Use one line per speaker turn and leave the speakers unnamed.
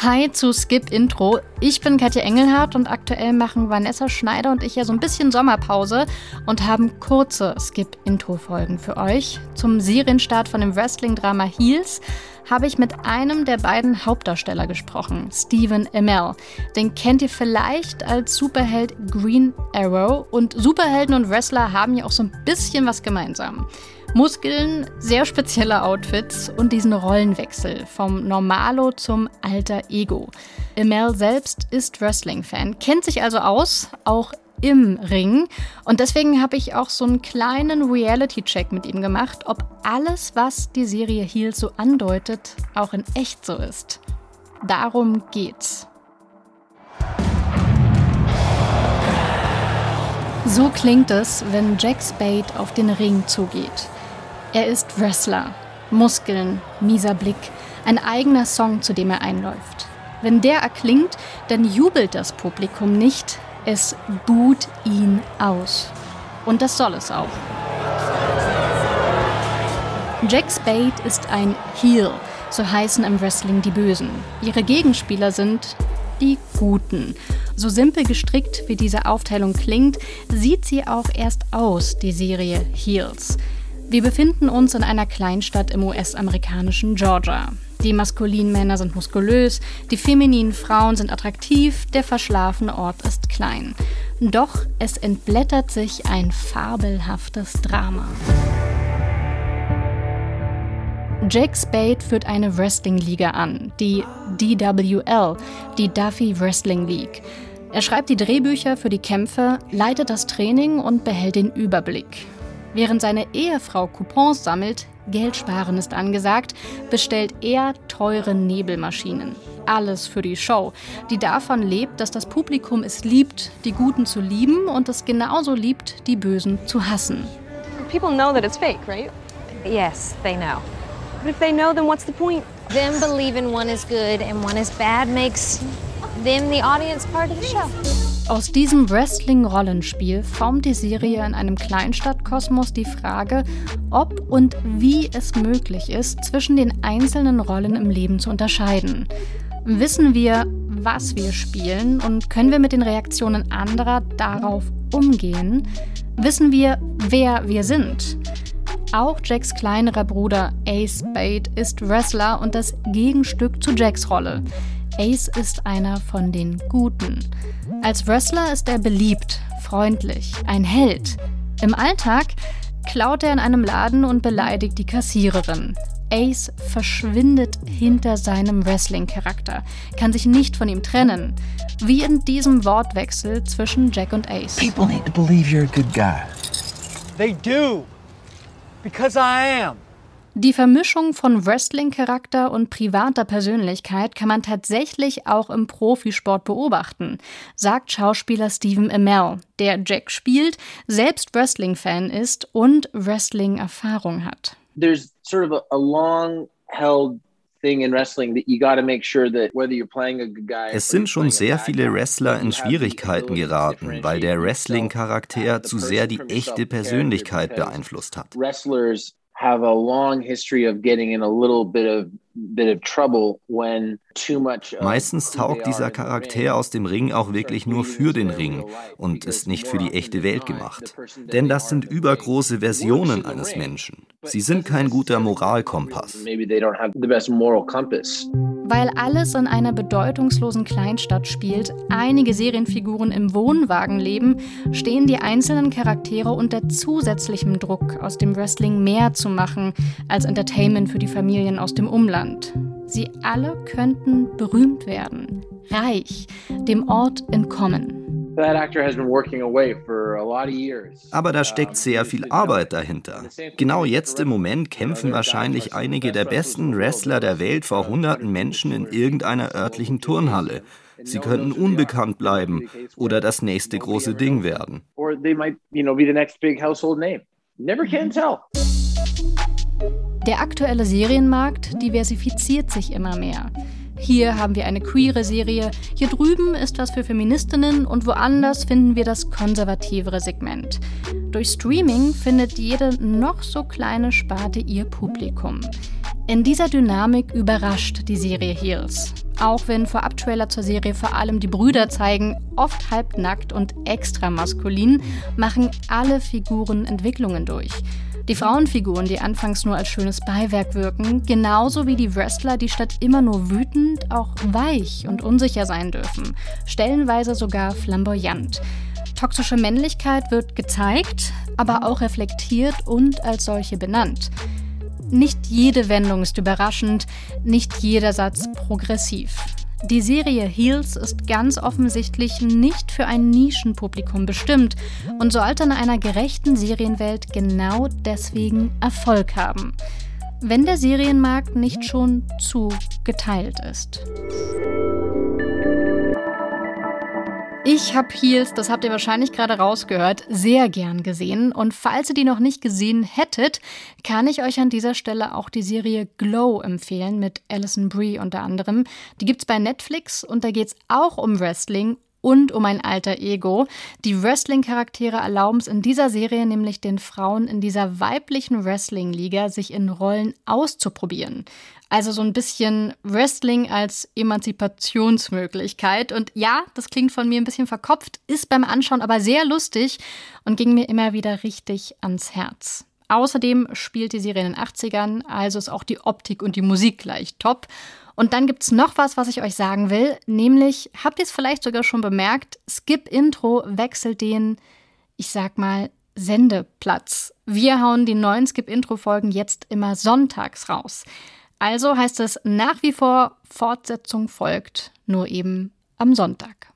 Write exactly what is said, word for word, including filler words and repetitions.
Hi zu Skip Intro. Ich bin Katja Engelhardt und aktuell machen Vanessa Schneider und ich ja so ein bisschen Sommerpause und haben kurze Skip Intro Folgen für euch. Zum Serienstart von dem Wrestling-Drama Heels habe ich mit einem der beiden Hauptdarsteller gesprochen, Stephen Amell. Den kennt ihr vielleicht als Superheld Green Arrow und Superhelden und Wrestler haben ja auch so ein bisschen was gemeinsam. Muskeln, sehr spezielle Outfits und diesen Rollenwechsel vom Normalo zum Alter Ego. Amell selbst ist Wrestling-Fan, kennt sich also aus, auch im Ring. Und deswegen habe ich auch so einen kleinen Reality-Check mit ihm gemacht, ob alles, was die Serie Heels so andeutet, auch in echt so ist. Darum geht's. So klingt es, wenn Jack Spade auf den Ring zugeht. Er ist Wrestler, Muskeln, mieser Blick, ein eigener Song, zu dem er einläuft. Wenn der erklingt, dann jubelt das Publikum nicht, es buht ihn aus. Und das soll es auch. Jack Spade ist ein Heel, so heißen im Wrestling die Bösen. Ihre Gegenspieler sind die Guten. So simpel gestrickt, wie diese Aufteilung klingt, sieht sie auch erst aus, die Serie Heels. Wir befinden uns in einer Kleinstadt im U S-amerikanischen Georgia. Die maskulinen Männer sind muskulös, die femininen Frauen sind attraktiv, der verschlafene Ort ist klein. Doch es entblättert sich ein fabelhaftes Drama. Jack Spade führt eine Wrestling-Liga an, die D W L, die Duffy Wrestling League. Er schreibt die Drehbücher für die Kämpfe, leitet das Training und behält den Überblick. Während seine Ehefrau Coupons sammelt, Geld sparen ist angesagt, bestellt er teure Nebelmaschinen. Alles für die Show, die davon lebt, dass das Publikum es liebt, die Guten zu lieben und es genauso liebt, die Bösen zu hassen.
People know that it's fake, right?
Yes, they know.
But if they know, then what's the point?
Them believing one is good and one is bad makes them the audience part of the show.
Aus diesem Wrestling-Rollenspiel formt die Serie in einem Kleinstadtkosmos die Frage, ob und wie es möglich ist, zwischen den einzelnen Rollen im Leben zu unterscheiden. Wissen wir, was wir spielen und können wir mit den Reaktionen anderer darauf umgehen? Wissen wir, wer wir sind? Auch Jacks kleinerer Bruder Ace Spade ist Wrestler und das Gegenstück zu Jacks Rolle. Ace ist einer von den Guten. Als Wrestler ist er beliebt, freundlich, ein Held. Im Alltag klaut er in einem Laden und beleidigt die Kassiererin. Ace verschwindet hinter seinem Wrestling-Charakter, kann sich nicht von ihm trennen. Wie in diesem Wortwechsel zwischen Jack und Ace.
People need to believe you're a good guy.
They do, because I am.
Die Vermischung von Wrestling-Charakter und privater Persönlichkeit kann man tatsächlich auch im Profisport beobachten, sagt Schauspieler Stephen Amell, der Jack spielt, selbst Wrestling-Fan ist und Wrestling-Erfahrung hat.
There's sort of a, a long-held thing in wrestling that you got to make sure that whether you're playing a good guy.
Es sind schon sehr viele Wrestler in Schwierigkeiten geraten, weil der Wrestling-Charakter zu sehr die echte Persönlichkeit beeinflusst hat.
Wrestlers have a long history of getting in a little bit of bit of trouble when too much.
Meistens taugt dieser Charakter aus dem Ring auch wirklich nur für den Ring und ist nicht für die echte Welt gemacht. Denn das sind übergroße Versionen eines Menschen. Sie sind kein guter Moralkompass.
Maybe they don't have the best moral compass.
Weil alles in einer bedeutungslosen Kleinstadt spielt, einige Serienfiguren im Wohnwagen leben, stehen die einzelnen Charaktere unter zusätzlichem Druck, aus dem Wrestling mehr zu machen als Entertainment für die Familien aus dem Umland. Sie alle könnten berühmt werden, reich, dem Ort entkommen.
Aber da steckt sehr viel Arbeit dahinter. Genau jetzt im Moment kämpfen wahrscheinlich einige der besten Wrestler der Welt vor hunderten Menschen in irgendeiner örtlichen Turnhalle. Sie könnten unbekannt bleiben oder das nächste große Ding werden.
Der aktuelle Serienmarkt diversifiziert sich immer mehr. Hier haben wir eine queere Serie, hier drüben ist was für Feministinnen und woanders finden wir das konservativere Segment. Durch Streaming findet jede noch so kleine Sparte ihr Publikum. In dieser Dynamik überrascht die Serie Heels. Auch wenn Vorab-Trailer zur Serie vor allem die Brüder zeigen, oft halbnackt und extra maskulin, machen alle Figuren Entwicklungen durch. Die Frauenfiguren, die anfangs nur als schönes Beiwerk wirken, genauso wie die Wrestler, die statt immer nur wütend auch weich und unsicher sein dürfen, stellenweise sogar flamboyant. Toxische Männlichkeit wird gezeigt, aber auch reflektiert und als solche benannt. Nicht jede Wendung ist überraschend, nicht jeder Satz progressiv. Die Serie Heels ist ganz offensichtlich nicht für ein Nischenpublikum bestimmt und sollte in einer gerechten Serienwelt genau deswegen Erfolg haben. Wenn der Serienmarkt nicht schon zu geteilt ist. Ich habe Heels, das habt ihr wahrscheinlich gerade rausgehört, sehr gern gesehen. Und falls ihr die noch nicht gesehen hättet, kann ich euch an dieser Stelle auch die Serie Glow empfehlen, mit Alison Brie unter anderem. Die gibt's bei Netflix und da geht's auch um Wrestling und um ein alter Ego. Die Wrestling-Charaktere erlauben es in dieser Serie nämlich den Frauen in dieser weiblichen Wrestling-Liga, sich in Rollen auszuprobieren. Also so ein bisschen Wrestling als Emanzipationsmöglichkeit. Und ja, das klingt von mir ein bisschen verkopft, ist beim Anschauen aber sehr lustig und ging mir immer wieder richtig ans Herz. Außerdem spielt die Serie in den achtzigern, also ist auch die Optik und die Musik gleich top. Und dann gibt's noch was, was ich euch sagen will, nämlich, habt ihr es vielleicht sogar schon bemerkt, Skip Intro wechselt den, ich sag mal, Sendeplatz. Wir hauen die neuen Skip Intro-Folgen jetzt immer sonntags raus. Also heißt es nach wie vor, Fortsetzung folgt, nur eben am Sonntag.